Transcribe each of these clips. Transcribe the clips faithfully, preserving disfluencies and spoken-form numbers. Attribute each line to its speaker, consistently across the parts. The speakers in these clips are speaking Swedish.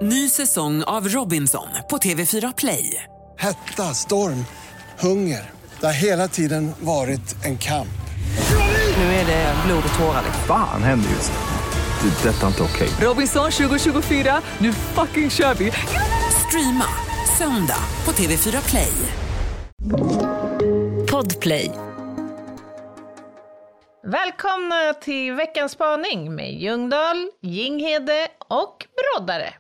Speaker 1: Ny säsong av Robinson på T V fyra Play.
Speaker 2: Hetta, storm, hunger. Det har hela tiden varit en kamp.
Speaker 1: Nu är det blod och tårar.
Speaker 3: Fan händer just det. Det är detta inte okej.
Speaker 1: Robinson tjugo tjugofyra, nu fucking kör vi. Streama söndag på T V fyra Play. Podplay.
Speaker 4: Välkomna till veckans spaning med Ljungdahl, Ginghede och Broddare.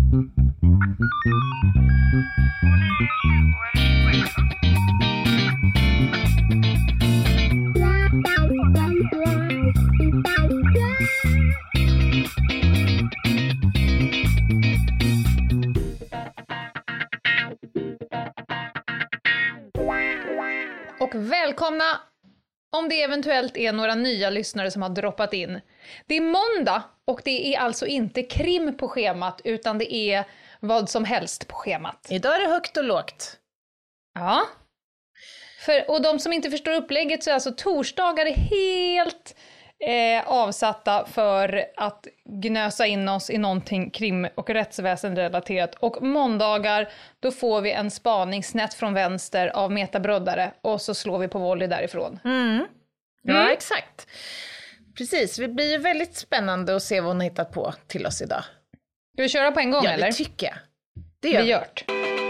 Speaker 4: Och välkomna om det eventuellt är några nya lyssnare som har droppat in. Det är måndag och det är alltså inte krim på schemat utan det är vad som helst på schemat.
Speaker 5: Idag är det högt och lågt.
Speaker 4: Ja. För, och de som inte förstår upplägget så är alltså torsdagar helt eh, avsatta för att gnösa in oss i någonting krim- och rättsväsenrelaterat. Och måndagar, då får vi en spaning snett från vänster av metabroddare och så slår vi på volley därifrån.
Speaker 5: Mm. Ja,
Speaker 4: Mm.
Speaker 5: exakt. Precis, det blir ju väldigt spännande att se vad hon har hittat på till oss idag.
Speaker 4: Ska vi köra på en gång
Speaker 5: Ja,
Speaker 4: eller?
Speaker 5: det tycker jag. Det gör
Speaker 4: vi
Speaker 5: vi.
Speaker 4: gjort.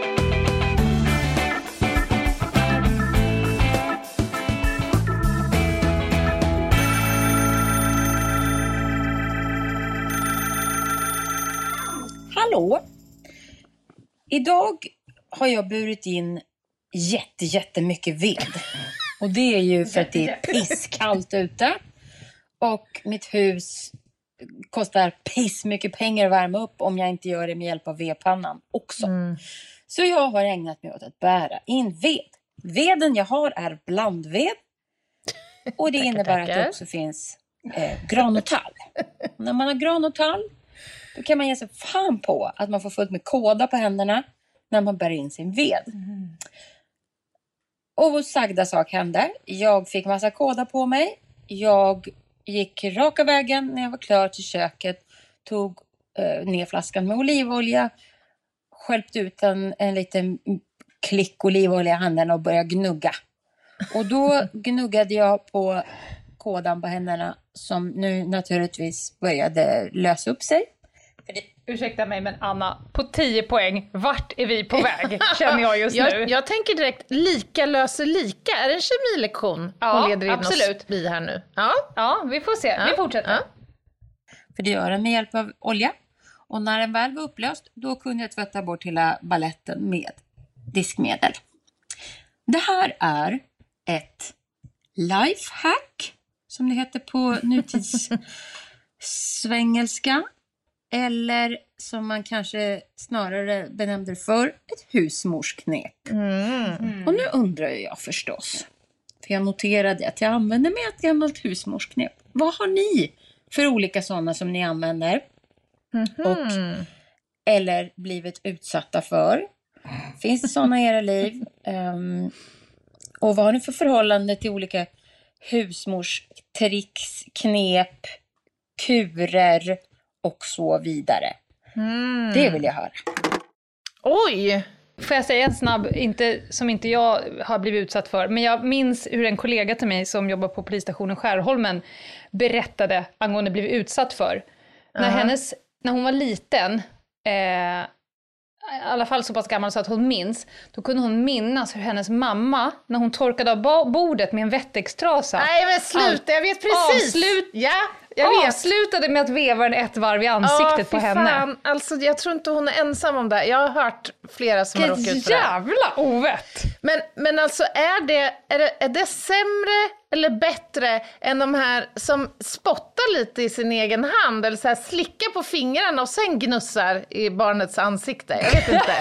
Speaker 6: Hallå! Idag har jag burit in jätte, jättemycket ved. Och det är ju för att det är pisskallt ute. Och mitt hus kostar piss mycket pengar att värma upp om jag inte gör det med hjälp av vedpannan också.
Speaker 5: Mm.
Speaker 6: Så jag har ägnat mig åt att bära in ved. Veden jag har är blandved. Och det innebär att det också finns eh, gran och tall. Och när man har gran och tall, då kan man ge sig fan på att man får fullt med kåda på händerna när man bär in sin ved. Mm. Och vår sagda sak hände. Jag fick massa kåda på mig. Jag gick raka vägen när jag var klar till köket. Tog eh, ner flaskan med olivolja. Skälpte ut en, en liten klick olivolja i handen och började gnugga. Och då gnuggade jag på kådan på händerna som nu naturligtvis började lösa upp sig.
Speaker 4: Ursäkta mig men Anna, på tio poäng, vart är vi på väg? Känner jag just
Speaker 5: jag,
Speaker 4: nu.
Speaker 5: jag tänker direkt, lika löser lika. Är det en kemilektion?
Speaker 4: Ja,
Speaker 5: hon leder in
Speaker 4: absolut.
Speaker 5: oss i här nu. Ja,
Speaker 4: Ja, vi får se.
Speaker 5: Ja.
Speaker 4: Vi fortsätter.
Speaker 5: Ja.
Speaker 6: För det gör den med hjälp av olja. Och när den väl var upplöst, då kunde jag tvätta bort hela balletten med diskmedel. Det här är ett lifehack, som det heter på nutidssvengelska. Eller som man kanske snarare benämner för ett husmorsknep.
Speaker 5: Mm.
Speaker 6: Och nu undrar jag förstås. För jag noterade att jag använder mig av ett gammalt husmorsknep. Vad har ni för olika sådana som ni använder?
Speaker 5: Mm-hmm.
Speaker 6: Och, eller blivit utsatta för? Finns det sådana i era liv? Um, och vad har ni för förhållande till olika husmorstricks, knep, kurer och så vidare?
Speaker 5: Mm.
Speaker 6: Det vill jag höra.
Speaker 5: Oj!
Speaker 4: Får jag säga en snabb, inte, som inte jag har blivit utsatt för, men jag minns hur en kollega till mig som jobbar på polisstationen Skärholmen berättade angående blivit utsatt för. När,
Speaker 5: Uh-huh.
Speaker 4: hennes, när hon var liten, eh, i alla fall så pass gammal så att hon minns, då kunde hon minnas hur hennes mamma, när hon torkade av ba- bordet med en Wettextrasa,
Speaker 5: Nej men sluta, jag vet precis!
Speaker 4: Avslut-
Speaker 5: Ja, jag vet.
Speaker 4: avslutade med att veva den ett varv i ansiktet
Speaker 5: Ja,
Speaker 4: på
Speaker 5: fy
Speaker 4: henne.
Speaker 5: fan. Alltså jag tror inte hon är ensam om det. Jag har hört flera som har råkat ut
Speaker 4: Vilket
Speaker 5: för det.
Speaker 4: jävla ovett!
Speaker 5: Men, men alltså är det, är det är det sämre eller bättre än de här som spottar lite i sin egen hand eller så här slickar på fingrarna och sen gnussar i barnets ansikte? Jag vet inte.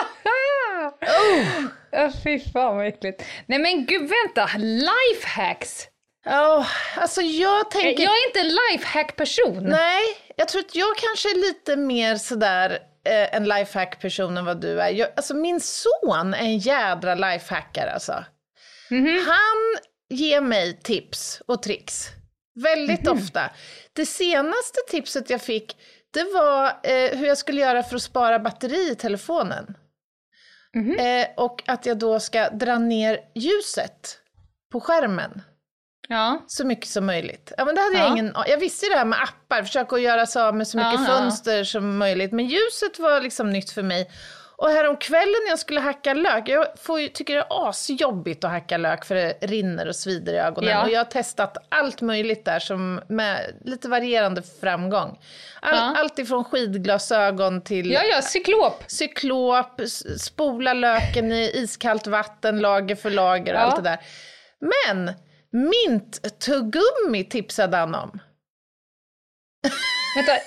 Speaker 4: Oh. Ja, fy fan vad äckligt. Nej men gud, vänta. Lifehacks.
Speaker 5: Oh, alltså jag tänker...
Speaker 4: Jag är inte en lifehack-person.
Speaker 5: Nej, jag tror att jag kanske är lite mer sådär eh, en lifehack-person än vad du är. Jag, alltså min son är en jädra lifehacker alltså. Mm-hmm. Han ger mig tips och tricks. Väldigt mm-hmm. ofta. Det senaste tipset jag fick, det var eh, hur jag skulle göra för att spara batteri i telefonen. Mm-hmm. Eh, och att jag då ska dra ner ljuset på skärmen. Ja. Så mycket som möjligt. Ja, men det hade ja. jag ingen... Jag visste ju det här med appar, försöka att göra så med så mycket ja, fönster ja. som möjligt. Men ljuset var liksom nytt för mig. Och häromkvällen när jag skulle hacka lök, jag får ju, tycker det är asjobbigt att hacka lök för det rinner och svider i ögonen. Ja. Och jag har testat allt möjligt där som med lite varierande framgång. All, ja. Allt ifrån skidglasögon till...
Speaker 4: Ja, ja, cyklop.
Speaker 5: Cyklop, spola löken i iskallt vatten, lager för lager och ja. allt det där. Men mint tuggummi tipsade han om.
Speaker 4: Vänta.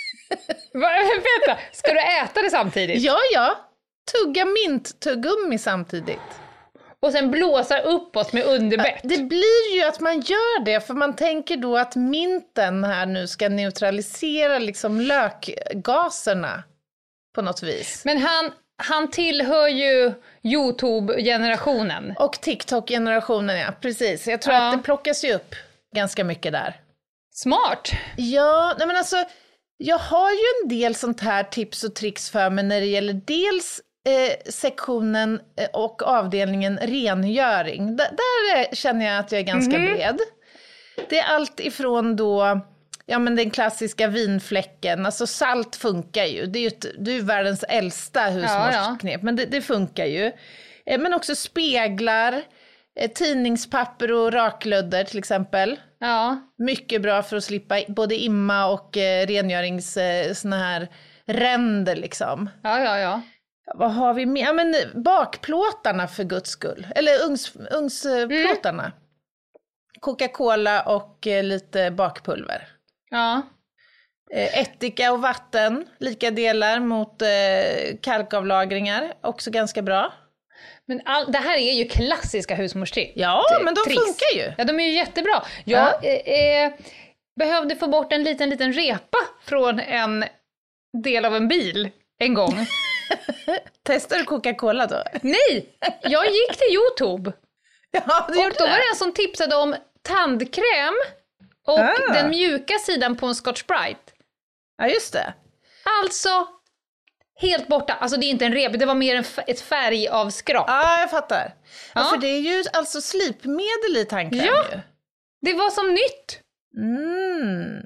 Speaker 4: Vänta, ska du äta det samtidigt?
Speaker 5: Ja, ja. Tugga mint tuggummi samtidigt.
Speaker 4: Och sen blåsa uppåt med underbett.
Speaker 5: Det blir ju att man gör det, för man tänker då att minten här nu ska neutralisera liksom lökgaserna på något vis.
Speaker 4: Men han, han tillhör ju YouTube-generationen.
Speaker 5: Och TikTok-generationen, ja, precis. Jag tror ja. att det plockas ju upp ganska mycket där.
Speaker 4: Smart.
Speaker 5: Ja, nej men alltså... Jag har ju en del sånt här tips och tricks för mig när det gäller dels eh, sektionen och avdelningen rengöring. D- där känner jag att jag är ganska mm-hmm. bred. Det är allt ifrån då, ja men den klassiska vinfläcken, alltså salt funkar ju. Det är ju ett, det är ju världens äldsta husmorsknep, ja, ja. men det, det funkar ju. Eh, men också speglar, eh, tidningspapper och raklödder till exempel. Ja. Mycket bra för att slippa både imma och eh, rengörings eh, såna här ränder liksom.
Speaker 4: Ja, ja, ja.
Speaker 5: Vad har vi med? Ja, men bakplåtarna för guds skull. Eller ugns, ugnsplåtarna. Mm. Coca-Cola och eh, lite bakpulver. Ja. Eh, ättika och vatten, lika delar mot eh, kalkavlagringar. Också ganska bra.
Speaker 4: Men all, det här är ju klassiska husmorstrick.
Speaker 5: Ja, men de tricks. Funkar ju.
Speaker 4: Ja, de är ju jättebra. Jag ja. eh, eh, behövde få bort en liten, liten repa från en del av en bil en gång.
Speaker 5: Testar du Coca-Cola då?
Speaker 4: Nej, jag gick till YouTube.
Speaker 5: Ja, du
Speaker 4: och då var det en som tipsade om tandkräm och ah. den mjuka sidan på en Scotch Brite.
Speaker 5: Ja, just det.
Speaker 4: Alltså... Helt borta. Alltså det är inte en rep, det var mer en f- ett färgavskrap.
Speaker 5: Ja, jag fattar. Ja. Ja, för det är ju alltså slipmedel i tandkräm.
Speaker 4: Ja,
Speaker 5: ju.
Speaker 4: Det var som nytt.
Speaker 5: Mm.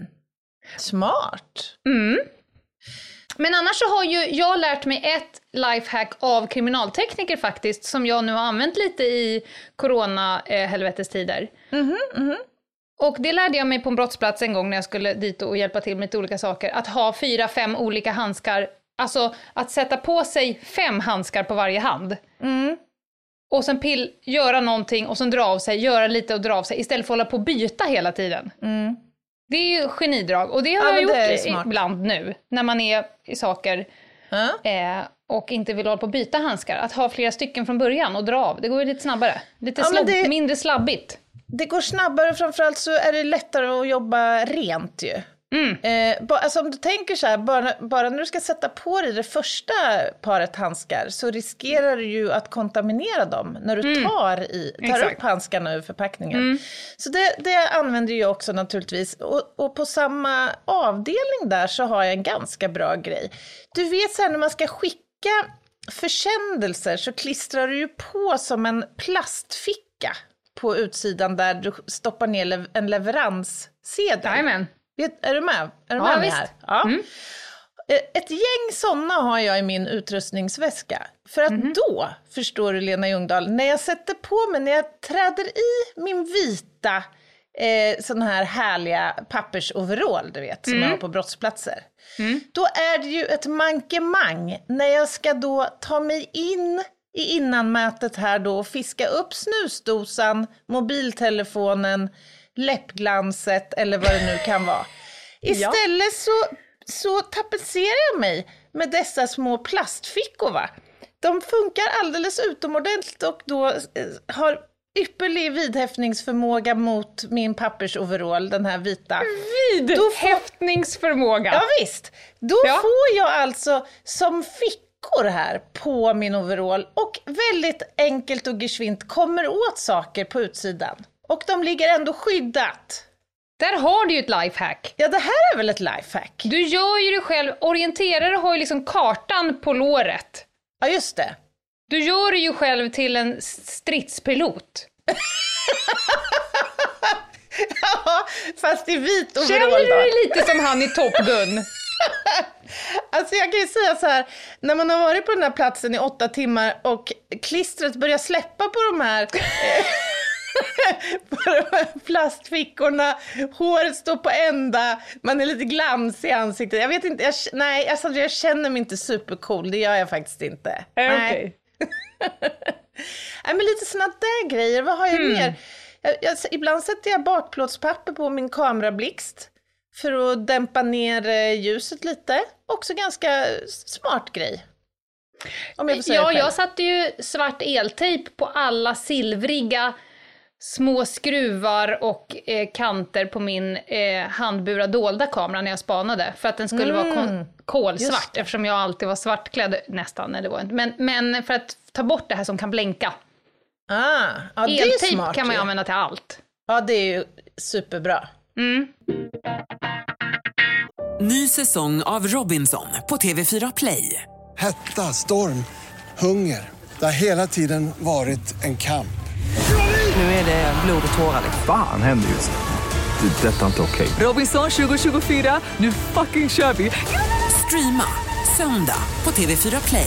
Speaker 5: Smart.
Speaker 4: Mm. Men annars så har ju jag lärt mig ett lifehack av kriminaltekniker faktiskt, som jag nu har använt lite i corona-helvetestider.
Speaker 5: Mhm, mhm.
Speaker 4: Och det lärde jag mig på en brottsplats en gång när jag skulle dit och hjälpa till med lite olika saker. Att ha fyra, fem olika handskar. Alltså att sätta på sig fem handskar på varje hand.
Speaker 5: Mm.
Speaker 4: Och sen pill, göra någonting och sen dra av sig, göra lite och dra av sig. Istället för att hålla på och byta hela tiden.
Speaker 5: Mm.
Speaker 4: Det är ju genidrag. Och det har ja, jag gjort ibland nu. När man är i saker huh? eh, och inte vill hålla på att byta handskar. Att ha flera stycken från början och dra av. Det går ju lite snabbare. Lite ja, slobb, det, mindre slabbigt.
Speaker 5: Det går snabbare, framförallt så är det lättare att jobba rent ju. Mm. Eh, ba, alltså om du tänker så här, bara, bara när du ska sätta på dig det första paret handskar så riskerar du ju att kontaminera dem när du mm. tar, i, tar upp handskarna ur förpackningen. Mm. Så det, det använder jag också naturligtvis. Och, och på samma avdelning där så har jag en ganska bra grej. Du vet så här, när man ska skicka försändelser så klistrar du ju på som en plastficka på utsidan där du stoppar ner lev- en leveranssedel.
Speaker 4: Jajamän.
Speaker 5: Vet, är du med? Är du
Speaker 4: ja,
Speaker 5: med
Speaker 4: visst.
Speaker 5: här? Ja. Mm. Ett gäng sådana har jag i min utrustningsväska. För att mm. då, förstår du Lena Ljungdahl, när jag sätter på mig, när jag träder i min vita eh, sån här härliga pappersoverall, du vet, som mm. jag har på brottsplatser. Mm. Då är det ju ett mankemang när jag ska då ta mig in i innanmätet här då och fiska upp snusdosan, mobiltelefonen, läppglanset eller vad det nu kan vara. Istället ja. så, så tapetserar jag mig med dessa små plastfickor, va? De funkar alldeles utomordentligt och då eh, har ypperlig vidhäftningsförmåga mot min pappersoverall, den här vita.
Speaker 4: Vidhäftningsförmåga?
Speaker 5: Ja visst. Då ja. får jag alltså som fickor här på min overall och väldigt enkelt och geschwint kommer åt saker på utsidan. Och de ligger ändå skyddat.
Speaker 4: Där har du ju ett lifehack.
Speaker 5: Ja, det här är väl ett lifehack?
Speaker 4: Du gör ju det själv. Orienterare har ju liksom kartan på låret.
Speaker 5: Ja, just det.
Speaker 4: Du gör det ju själv till en stridspilot.
Speaker 5: Ja, fast i vit overall.
Speaker 4: Känner du dig lite som han i Top Gun?
Speaker 5: Alltså jag kan ju säga så här, när man har varit på den här platsen i åtta timmar och klistret börjar släppa på de här, på de här plastfickorna, håret står på ända, man är lite glans i ansiktet. Jag vet inte, jag, nej, alltså jag känner mig inte supercool, det gör jag faktiskt inte.
Speaker 4: Okej.
Speaker 5: Okay. Nej, men lite såna där grejer, vad har jag mm. mer? Jag, jag, ibland sätter jag bakplåtspapper på min kamerablixt för att dämpa ner ljuset lite. Också ganska smart grej. Om jag får säga
Speaker 4: ja,
Speaker 5: själv.
Speaker 4: jag satte ju svart eltejp på alla silvriga små skruvar och eh, kanter på min eh, handbura dolda kamera när jag spanade. För att den skulle mm. vara kon- kolsvart, eftersom jag alltid var svartklädd nästan. När det var inte. Men, men för att ta bort det här som kan blänka.
Speaker 5: Ah, ja, det är smart.
Speaker 4: Eltejp kan man ju använda till allt.
Speaker 5: Ja, det är ju superbra.
Speaker 4: Mm.
Speaker 1: Ny säsong av Robinson på T V fyra Play.
Speaker 2: Hetta, storm, hunger. Det har hela tiden varit en kamp.
Speaker 1: Nu är det blod och tårar.
Speaker 3: Fan händer just det. Det är detta inte okej.
Speaker 1: Robinson tjugo tjugofyra, nu fucking kör vi. Streama söndag på T V fyra Play.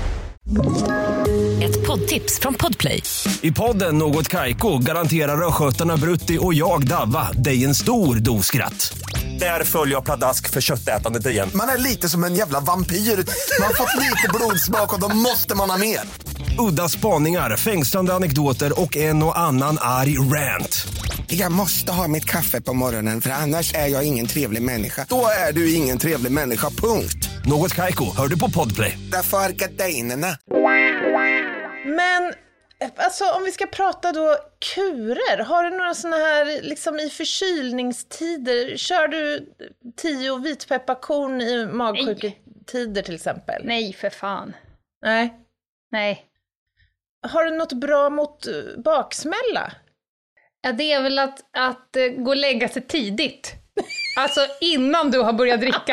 Speaker 7: Ett poddtips från Podplay.
Speaker 8: I podden Något Kaiko garanterar röskötarna Brutti och jag Davva dig en stor doskratt. Där följer jag pladask för köttätandet igen.
Speaker 9: Man är lite som en jävla vampyr. Man har fått lite blodsmak och då måste man ha mer.
Speaker 8: Udda spaningar, fängslande anekdoter och en och annan arg rant.
Speaker 9: Jag måste ha mitt kaffe på morgonen för annars är jag ingen trevlig människa. Då är du ingen trevlig människa, punkt.
Speaker 8: Något Kaiko, hör du på Podplay.
Speaker 9: Därför är gardinerna.
Speaker 5: Men alltså om vi ska prata då kurer, har du några såna här liksom i förkylningstider, kör du tio vitpepparkorn i magsjuketider till exempel?
Speaker 4: Nej, för fan.
Speaker 5: Nej.
Speaker 4: Nej.
Speaker 5: Har du något bra mot baksmälla?
Speaker 4: Ja, det är väl att, att uh, gå och lägga sig tidigt. Alltså innan du har börjat dricka.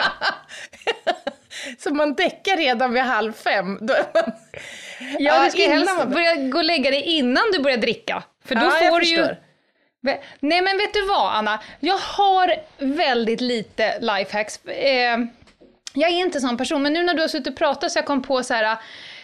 Speaker 5: Så man däckar redan vid halv fem. Då är man...
Speaker 4: Ja, du ska helst man... börja gå och lägga dig innan du börjar dricka. För då
Speaker 5: ja,
Speaker 4: får du ju... Nej, men vet du vad, Anna? Jag har väldigt lite lifehacks. Eh, jag är inte sån person, men nu när du har suttit och pratat så jag kom på så här...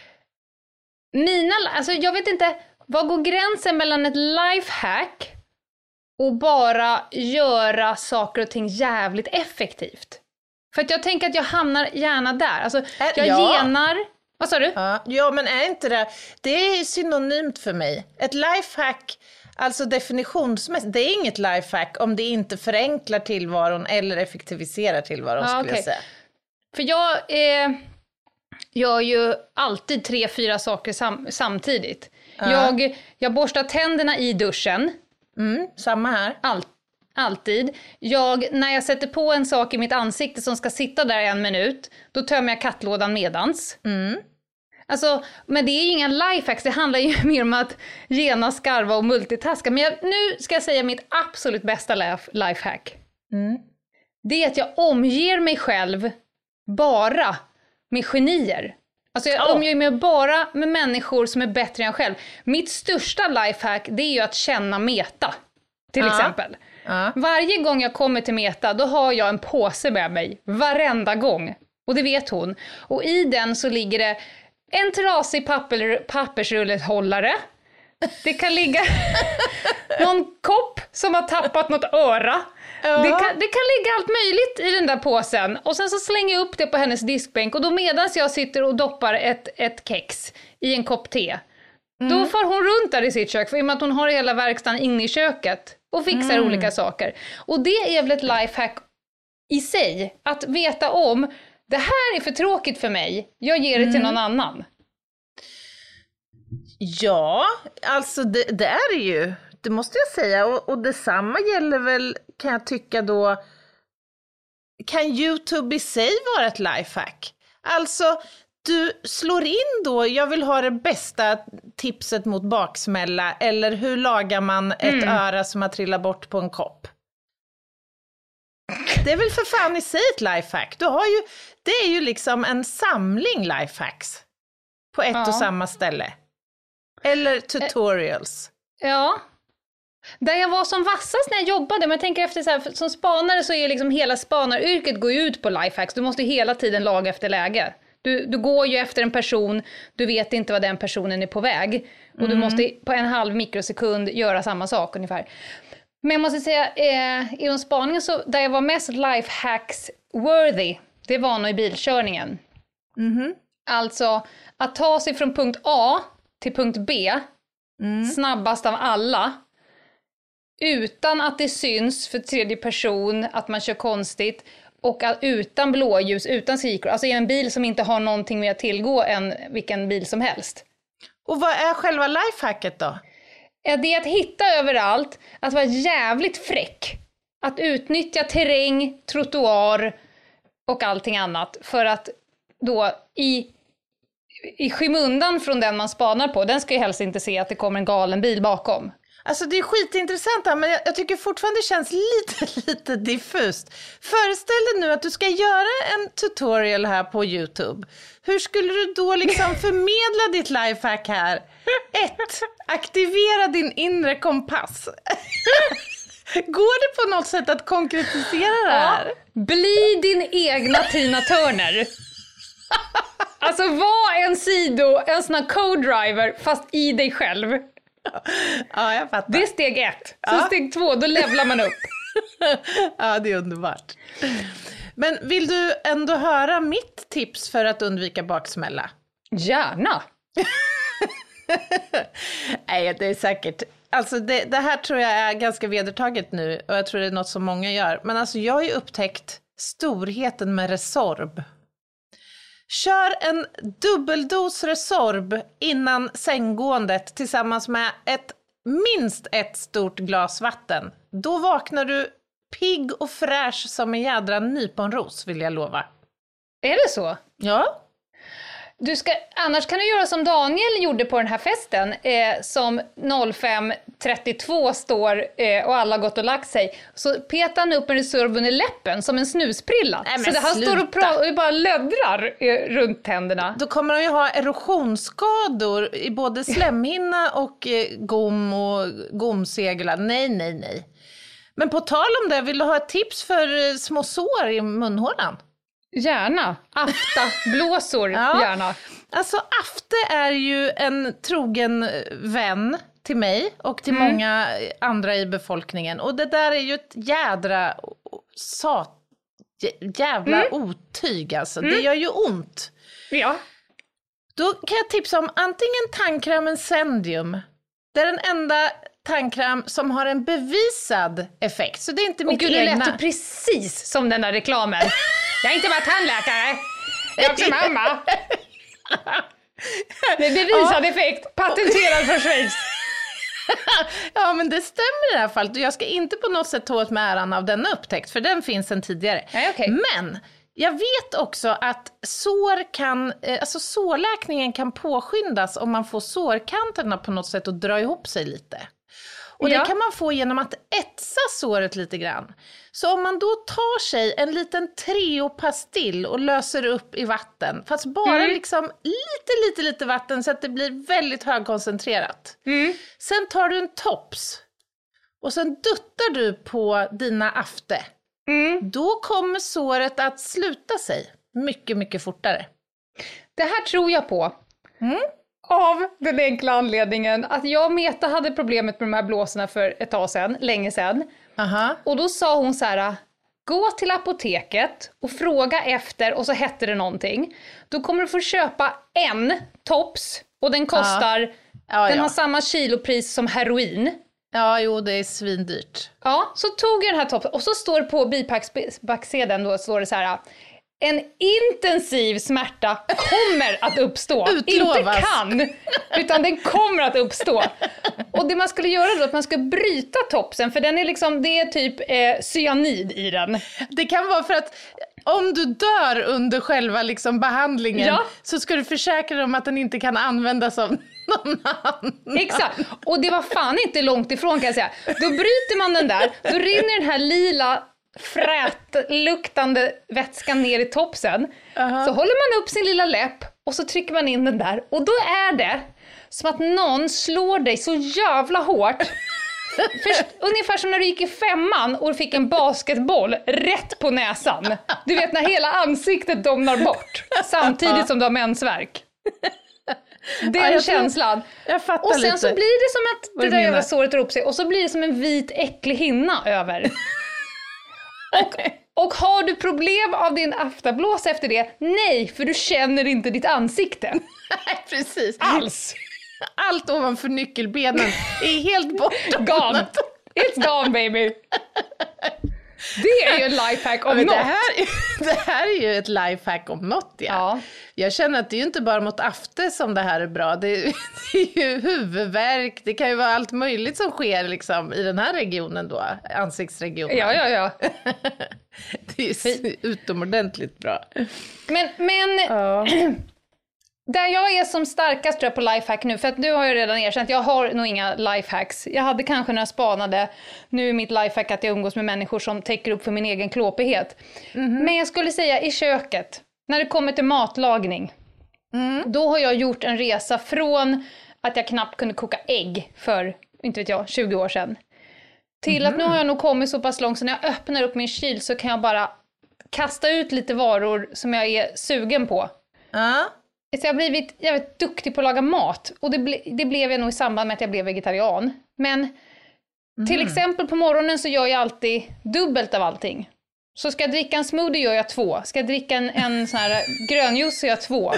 Speaker 4: Mina... Alltså jag vet inte... Vad går gränsen mellan ett lifehack och bara göra saker och ting jävligt effektivt? För att jag tänker att jag hamnar gärna där. Alltså, jag
Speaker 5: ja.
Speaker 4: genar... Vad sa du?
Speaker 5: Ja, ja, men är inte det... Det är synonymt för mig. Ett lifehack, alltså definitionsmässigt, det är inget lifehack om det inte förenklar tillvaron eller effektiviserar tillvaron, ja, skulle okay. jag säga.
Speaker 4: För jag eh, gör ju alltid tre, fyra saker sam- samtidigt. Uh. Jag, jag borstar tänderna i duschen.
Speaker 5: Mm, samma här.
Speaker 4: Allt. Alltid. Jag, när jag sätter på en sak i mitt ansikte som ska sitta där en minut, då tömmer jag kattlådan medans.
Speaker 5: Mm.
Speaker 4: Alltså, men det är ju inga lifehacks, det handlar ju mer om att gena, skarva och multitaska. Men jag, nu ska jag säga mitt absolut bästa lifehack.
Speaker 5: Mm.
Speaker 4: Det är att jag omger mig själv bara med genier. Alltså jag oh. omger mig bara med människor som är bättre än jag själv. Mitt största lifehack, det är ju att känna Meta, till
Speaker 5: uh.
Speaker 4: exempel.
Speaker 5: Uh.
Speaker 4: Varje gång jag kommer till Meta, då har jag en påse med mig. Varenda gång. Och det vet hon. Och i den så ligger det en trasig papper, pappersrullehållare. Det kan ligga någon kopp som har tappat något öra. Ja. Det, kan, det kan ligga allt möjligt i den där påsen. Och sen så slänger jag upp det på hennes diskbänk. Och då medan jag sitter och doppar ett, ett kex i en kopp te. Mm. Då får hon runt där i sitt kök. För i och med att hon har hela verkstaden inne i köket. Och fixar mm. olika saker. Och det är väl ett lifehack i sig. Att veta om, det här är för tråkigt för mig. Jag ger det till
Speaker 5: mm.
Speaker 4: någon annan.
Speaker 5: Ja, alltså det, det är det ju. Det måste jag säga. Och, och detsamma gäller väl, kan jag tycka då. Kan YouTube i sig vara ett lifehack? Alltså, du slår in då, jag vill ha det bästa tipset mot baksmälla. Eller hur lagar man ett mm. öra som har trillat bort på en kopp? Det är väl för fan i sig ett lifehack. Du har ju, det är ju liksom en samling lifehacks på ett ja. och samma ställe. Eller tutorials.
Speaker 4: Ja. Där jag var som vassast när jag jobbade, men jag tänker efter så här, som spanare så är liksom hela spanaryrket går ju ut på lifehacks. Du måste hela tiden laga efter läge. Du, du går ju efter en person, du vet inte vad den personen är på väg. Och mm. du måste på en halv mikrosekund göra samma sak ungefär. Men jag måste säga, eh, i de spaningen så, där jag var mest lifehacks worthy, det var nog i bilkörningen.
Speaker 5: Mm.
Speaker 4: Alltså, att ta sig från punkt A till punkt B, mm. snabbast av alla, utan att det syns för tredje person att man kör konstigt, och att, utan blåljus, utan skrikor, alltså i en bil som inte har någonting mer att tillgå än vilken bil som helst.
Speaker 5: Och vad är själva lifehacket då?
Speaker 4: Är det att hitta överallt, att vara jävligt fräck, att utnyttja terräng, trottoar och allting annat för att då i, i skymundan från den man spanar på, den ska ju helst inte se att det kommer en galen bil bakom.
Speaker 5: Alltså det är skitintressant här, men jag, jag tycker fortfarande det känns lite, lite diffust. Föreställ dig nu att du ska göra en tutorial här på YouTube. Hur skulle du då liksom förmedla ditt lifehack här? Ett, aktivera din inre kompass. Går det på något sätt att konkretisera det här?
Speaker 4: Ja, bli din egna Tina Turner. Alltså var en sido, en sån här co-driver fast i dig själv.
Speaker 5: Ja, jag fattar.
Speaker 4: Det är steg ett. Så ja. Steg två, då levlar man upp.
Speaker 5: Ja, det är underbart. Men vill du ändå höra mitt tips för att undvika baksmälla?
Speaker 4: Gärna.
Speaker 5: Nej, det är säkert. Alltså det, det här tror jag är ganska vedertaget nu. Och jag tror det är något som många gör. Men alltså jag har ju upptäckt storheten med Resorb. Kör en dubbeldos Resorb innan sänggåendet tillsammans med ett, minst ett stort glas vatten. Då vaknar du pigg och fräsch som en jädra nyponros, vill jag lova.
Speaker 4: Är det så?
Speaker 5: Ja.
Speaker 4: Du ska, annars kan du göra som Daniel gjorde på den här festen, eh, som fem trettiotvå står eh, och alla gått och lagt sig. Så petar han upp en Resorb under läppen som en snusprilla. Nej, så det här står och, pra- och bara löddrar eh, runt tänderna.
Speaker 5: Då kommer de ju ha erosionsskador i både slemhinna och eh, gom och gomseglar. Nej, nej, nej. Men på tal om det, vill du ha ett tips för eh, små sår i munhålan?
Speaker 4: Gärna. Afta, blåsor, ja. Gärna.
Speaker 5: Alltså Afte är ju en trogen vän till mig och till mm. många andra i befolkningen. Och det där är ju ett jädra sat, jävla mm. otyg alltså. Mm. Det gör ju ont.
Speaker 4: Ja.
Speaker 5: Då kan jag tipsa om antingen tandkrämen Zendium. Det är den enda tandkräm som har en bevisad effekt. Så det är inte mitt
Speaker 4: Gud,
Speaker 5: egna.
Speaker 4: Det lät ju precis som den där reklamen. Jag är inte bara tandläkare. Jag är också mamma. Det är bevisad ja. effekt. Patenterad för Schweiz.
Speaker 5: Ja, men det stämmer i det här fallet. Jag ska inte på något sätt ta åt med äran av denna upptäckt. För den finns sedan tidigare.
Speaker 4: Nej, okay.
Speaker 5: Men jag vet också att sår kan, alltså sårläkningen kan påskyndas om man får sårkanterna på något sätt att dra ihop sig lite. Och ja. det kan man få genom att etsa såret lite grann. Så om man då tar sig en liten Treo-pastill och löser upp i vatten. Fast bara mm. liksom lite, lite, lite vatten så att det blir väldigt högkoncentrerat.
Speaker 4: Mm.
Speaker 5: Sen tar du en tops. Och sen duttar du på dina afte.
Speaker 4: Mm.
Speaker 5: Då kommer såret att sluta sig mycket, mycket fortare.
Speaker 4: Det här tror jag på.
Speaker 5: Mm.
Speaker 4: Av den enkla anledningen att jag och Meta hade problemet med de här blåsorna för ett tag sedan, länge sedan.
Speaker 5: Aha.
Speaker 4: Och då sa hon så här: gå till apoteket och fråga efter, och så hette det någonting. Då kommer du få köpa en tops och den kostar, ja. Ja, den ja. har samma kilopris som heroin.
Speaker 5: Ja, jo, det är svindyrt.
Speaker 4: Ja, så tog jag den här topsen och så står det på bipacksedeln då står det så här: en intensiv smärta kommer att uppstå.
Speaker 5: Utlovas.
Speaker 4: Inte kan, utan den kommer att uppstå. Och det man skulle göra då är att man ska bryta topsen, för den är liksom, det är typ eh, cyanid i den.
Speaker 5: Det kan vara för att om du dör under själva liksom behandlingen ja. så ska du försäkra dig om att den inte kan användas av någon annan.
Speaker 4: Exakt, och det var fan inte långt ifrån kan jag säga. Då bryter man den där, då rinner den här lila frätluktande vätskan ner i topsen. Uh-huh. Så håller man upp sin lilla läpp och så trycker man in den där. Och då är det som att någon slår dig så jävla hårt. Först, ungefär som när du gick i femman och fick en basketboll rätt på näsan. Du vet när hela ansiktet domnar bort samtidigt som du har mensvärk. Den ja, jag känslan.
Speaker 5: Jag fattar
Speaker 4: och sen
Speaker 5: lite.
Speaker 4: Så blir det som att det där jävla såret tar upp sig. Och så blir det som en vit äcklig hinna över. och, och har du problem av din aftablås efter det? Nej, för du känner inte ditt ansikte.
Speaker 5: Nej, precis.
Speaker 4: Alls.
Speaker 5: Allt ovanför nyckelbenen är helt borta.
Speaker 4: Gone. It's gone, baby. Det är ju en lifehack om
Speaker 5: ja,
Speaker 4: något.
Speaker 5: Det här, det här är ju ett lifehack om något, ja. ja. Jag känner att det är ju inte bara mot after som det här är bra. Det är, det är ju huvudvärk. Det kan ju vara allt möjligt som sker liksom, i den här regionen då. Ansiktsregionen.
Speaker 4: Ja, ja, ja.
Speaker 5: Det är ju utomordentligt bra.
Speaker 4: Men, men... Ja. Där jag är som starkast tror jag på lifehack nu, för att du har ju redan erkänt, jag har nog inga lifehacks. Jag hade kanske när jag spanade, nu är mitt lifehack att jag umgås med människor som täcker upp för min egen klåpighet. Mm-hmm. Men jag skulle säga i köket, när det kommer till matlagning, mm. då har jag gjort en resa från att jag knappt kunde koka ägg för, inte vet jag, tjugo år sedan. Till mm-hmm. att nu har jag nog kommit så pass långt så när jag öppnar upp min kyl så kan jag bara kasta ut lite varor som jag är sugen på.
Speaker 5: Ja. Uh.
Speaker 4: Så jag har blivit jag vet, duktig på att laga mat. Och det, ble, det blev jag nog i samband med att jag blev vegetarian. Men mm. till exempel på morgonen så gör jag alltid dubbelt av allting. Så ska jag dricka en smoothie gör jag två. Ska jag dricka en, en sån här grönjuice så gör jag två.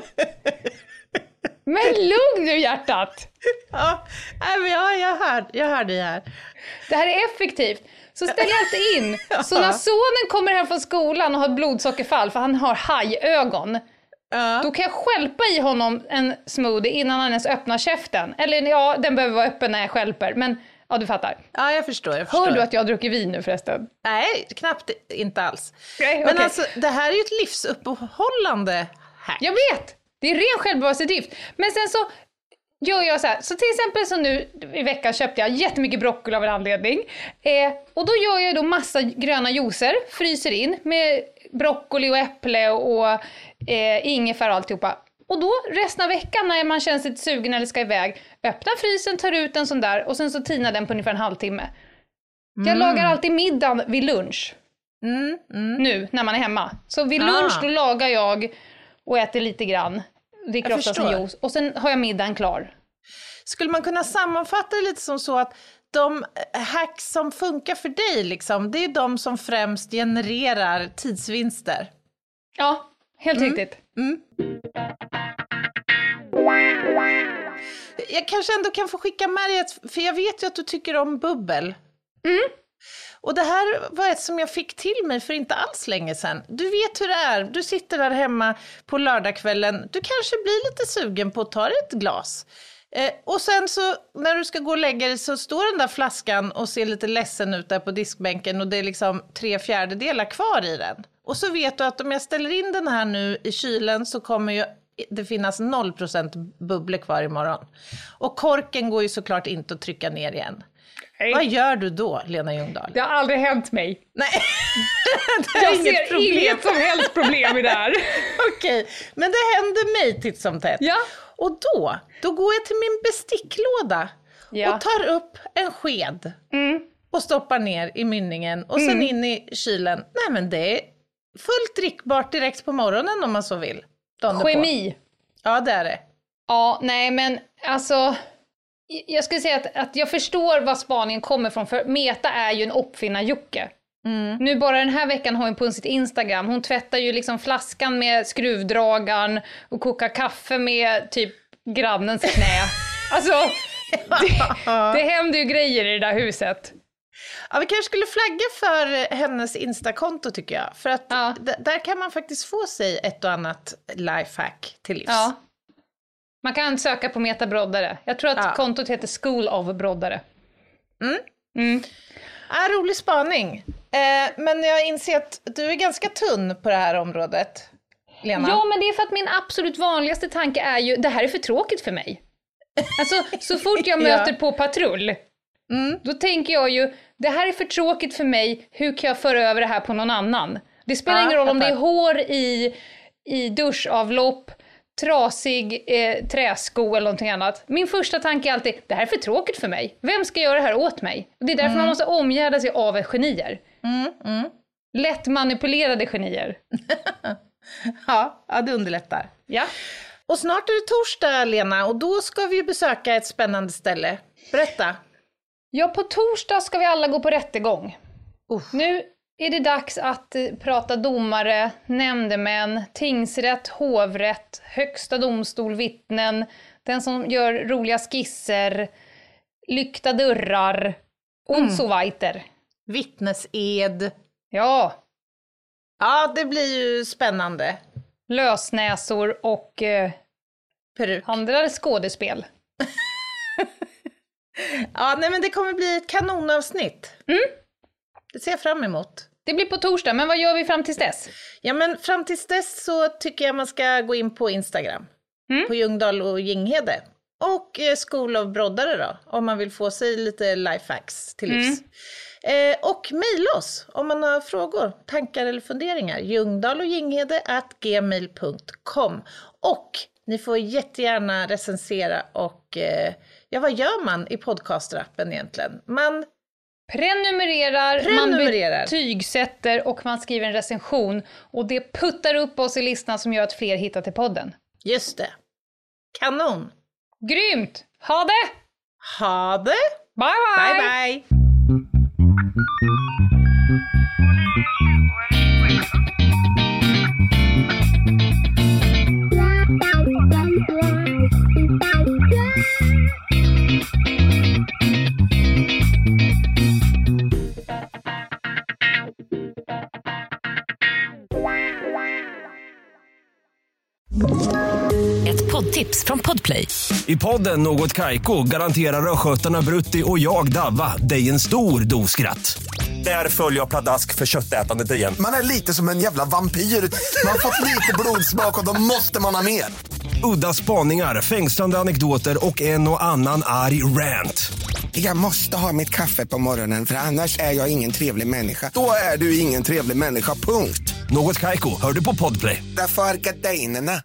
Speaker 4: Men lugn nu hjärtat!
Speaker 5: Ja, ja jag, hör, jag hör dig här.
Speaker 4: Det här är effektivt. Så ställer jag alltid in. Så när sonen kommer hem från skolan och har blodsockerfall för han har hajögon. Uh. Då kan jag skälpa i honom en smoothie innan han ens öppnar käften. Eller ja, den behöver vara öppen när jag skälper. Men ja, du fattar.
Speaker 5: Ja, jag förstår. Jag förstår.
Speaker 4: Hör du att jag druckit vin nu förresten?
Speaker 5: Nej, knappt inte alls.
Speaker 4: Nej,
Speaker 5: men
Speaker 4: okay.
Speaker 5: alltså, det här är ju ett livsuppehållande hack.
Speaker 4: Jag vet! Det är ren självbevarelsedrift. Men sen så gör jag så här. Så till exempel så nu i veckan köpte jag jättemycket broccoli av en anledning. Eh, och då gör jag då massa gröna juicer. Fryser in med broccoli och äpple och eh, ingefär och alltihopa. Och då resten av veckan när man känner sig sugen eller ska iväg, öppna frysen, tar ut en sån där och sen så tinar den på ungefär en halvtimme. Mm. Jag lagar alltid middagen vid lunch.
Speaker 5: Mm. Mm.
Speaker 4: Nu när man är hemma. Så vid lunch ah. då lagar jag och äter lite grann. Dricker oftast en juice. Och sen har jag middagen klar.
Speaker 5: Skulle man kunna sammanfatta det lite som så att de hacks som funkar för dig liksom, det är de som främst genererar tidsvinster?
Speaker 4: Ja, helt mm. riktigt.
Speaker 5: Mm. Jag kanske ändå kan få skicka med dig ett, för jag vet ju att du tycker om bubbel.
Speaker 4: Mm.
Speaker 5: Och det här var ett som jag fick till mig för inte alls länge sedan. Du vet hur det är. Du sitter där hemma på lördagskvällen. Du kanske blir lite sugen på att ta ett glas. Eh, och sen så när du ska gå och lägga dig så står den där flaskan och ser lite ledsen ut där på diskbänken. Och det är liksom tre fjärdedelar kvar i den. Och så vet du att om jag ställer in den här nu i kylen så kommer ju det finnas noll procent bubblor kvar imorgon. Och korken går ju såklart inte att trycka ner igen. Nej. Vad gör du då, Lena Ljungdahl?
Speaker 4: Det har aldrig hänt mig.
Speaker 5: Nej, det är
Speaker 4: jag
Speaker 5: inget
Speaker 4: ser
Speaker 5: problem.
Speaker 4: inget som helst problem i det här.
Speaker 5: Okej, men det händer mig titt som tätt.
Speaker 4: Ja.
Speaker 5: Och då, då går jag till min besticklåda ja. och tar upp en sked
Speaker 4: mm.
Speaker 5: och stoppar ner i mynningen och sen mm. in i kylen. Nej, men det är fullt drickbart direkt på morgonen om man så vill.
Speaker 4: Kemi.
Speaker 5: Ja, det är det.
Speaker 4: Ja, nej men alltså... Jag skulle säga att, att jag förstår var spaningen kommer från, för Meta är ju en uppfinnar-Jocke. Mm. Nu bara den här veckan har hon på sitt Instagram, hon tvättar ju liksom flaskan med skruvdragaren och kokar kaffe med typ grannens knä. Alltså, det, det händer ju grejer i det där huset.
Speaker 5: Ja, vi kanske skulle flagga för hennes Insta-konto tycker jag. För att
Speaker 4: ja.
Speaker 5: d- där kan man faktiskt få sig ett och annat lifehack till livs.
Speaker 4: Ja. Man kan söka på Meta Broddare. Jag tror att ja. kontot heter School of Broddare.
Speaker 5: Mm.
Speaker 4: Mm.
Speaker 5: Ja, rolig spaning. Eh, men jag inser att du är ganska tunn på det här området, Lena.
Speaker 4: Ja, men det är för att min absolut vanligaste tanke är ju, det här är för tråkigt för mig. Alltså, så fort jag möter ja. på patrull, Mm. Då tänker jag ju, det här är för tråkigt för mig, hur kan jag föra över det här på någon annan? Det spelar ja, ingen roll om det är hår i, i duschavlopp, trasig eh, träsko eller någonting annat. Min första tanke är alltid, det här är för tråkigt för mig. Vem ska göra det här åt mig? Det är därför mm. man måste omgärda sig av genier.
Speaker 5: Mm, mm.
Speaker 4: Lätt manipulerade genier.
Speaker 5: ja, ja, det underlättar.
Speaker 4: Ja.
Speaker 5: Och snart är det torsdag, Lena, och då ska vi besöka ett spännande ställe. Berätta.
Speaker 4: Ja, på torsdag ska vi alla gå på rättegång.
Speaker 5: Uff.
Speaker 4: Nu är det dags att prata domare, nämndemän, tingsrätt, hovrätt, högsta domstol, vittnen, den som gör roliga skisser, lyckta dörrar, och mm. så weiter.
Speaker 5: Vittnesed.
Speaker 4: Ja.
Speaker 5: Ja, det blir ju spännande.
Speaker 4: Lösnäsor och eh,
Speaker 5: peruk.
Speaker 4: Andra skådespel.
Speaker 5: Ja, nej men det kommer bli ett kanonavsnitt.
Speaker 4: Mm.
Speaker 5: Det ser jag fram emot.
Speaker 4: Det blir på torsdag, men vad gör vi fram tills dess?
Speaker 5: Ja, men fram tills dess så tycker jag man ska gå in på Instagram. Mm. På Ljungdahl och Ginghede. Och eh, School of Broddare då, om man vill få sig lite lifehacks till livs. Mm. Eh, och mejla oss om man har frågor, tankar eller funderingar. ljungdahl och ginghede at gmail punkt com. Och ni får jättegärna recensera och... Eh, ja, vad gör man i podcastrappen egentligen? Man...
Speaker 4: Prenumererar,
Speaker 5: Prenumererar,
Speaker 4: man betygsätter och man skriver en recension. Och det puttar upp oss i listan som gör att fler hittar till podden.
Speaker 5: Just det. Kanon.
Speaker 4: Grymt. Ha det!
Speaker 5: Ha det!
Speaker 4: Bye bye!
Speaker 5: Bye bye!
Speaker 7: Ett poddtips från Podplay.
Speaker 8: I podden Något Kaiko garanterar röskötarna Brutti och jag Davva dig en stor dos skratt. Där följer jag pladask för köttätandet igen.
Speaker 9: Man är lite som en jävla vampyr. Man har fått lite blodsmak och då måste man ha mer.
Speaker 8: Udda spaningar, fängslande anekdoter och en och annan arg rant.
Speaker 9: Jag måste ha mitt kaffe på morgonen för annars är jag ingen trevlig människa. Då är du ingen trevlig människa, punkt.
Speaker 8: Något Kaiko, hör du på Podplay.
Speaker 9: Därför är gardinerna.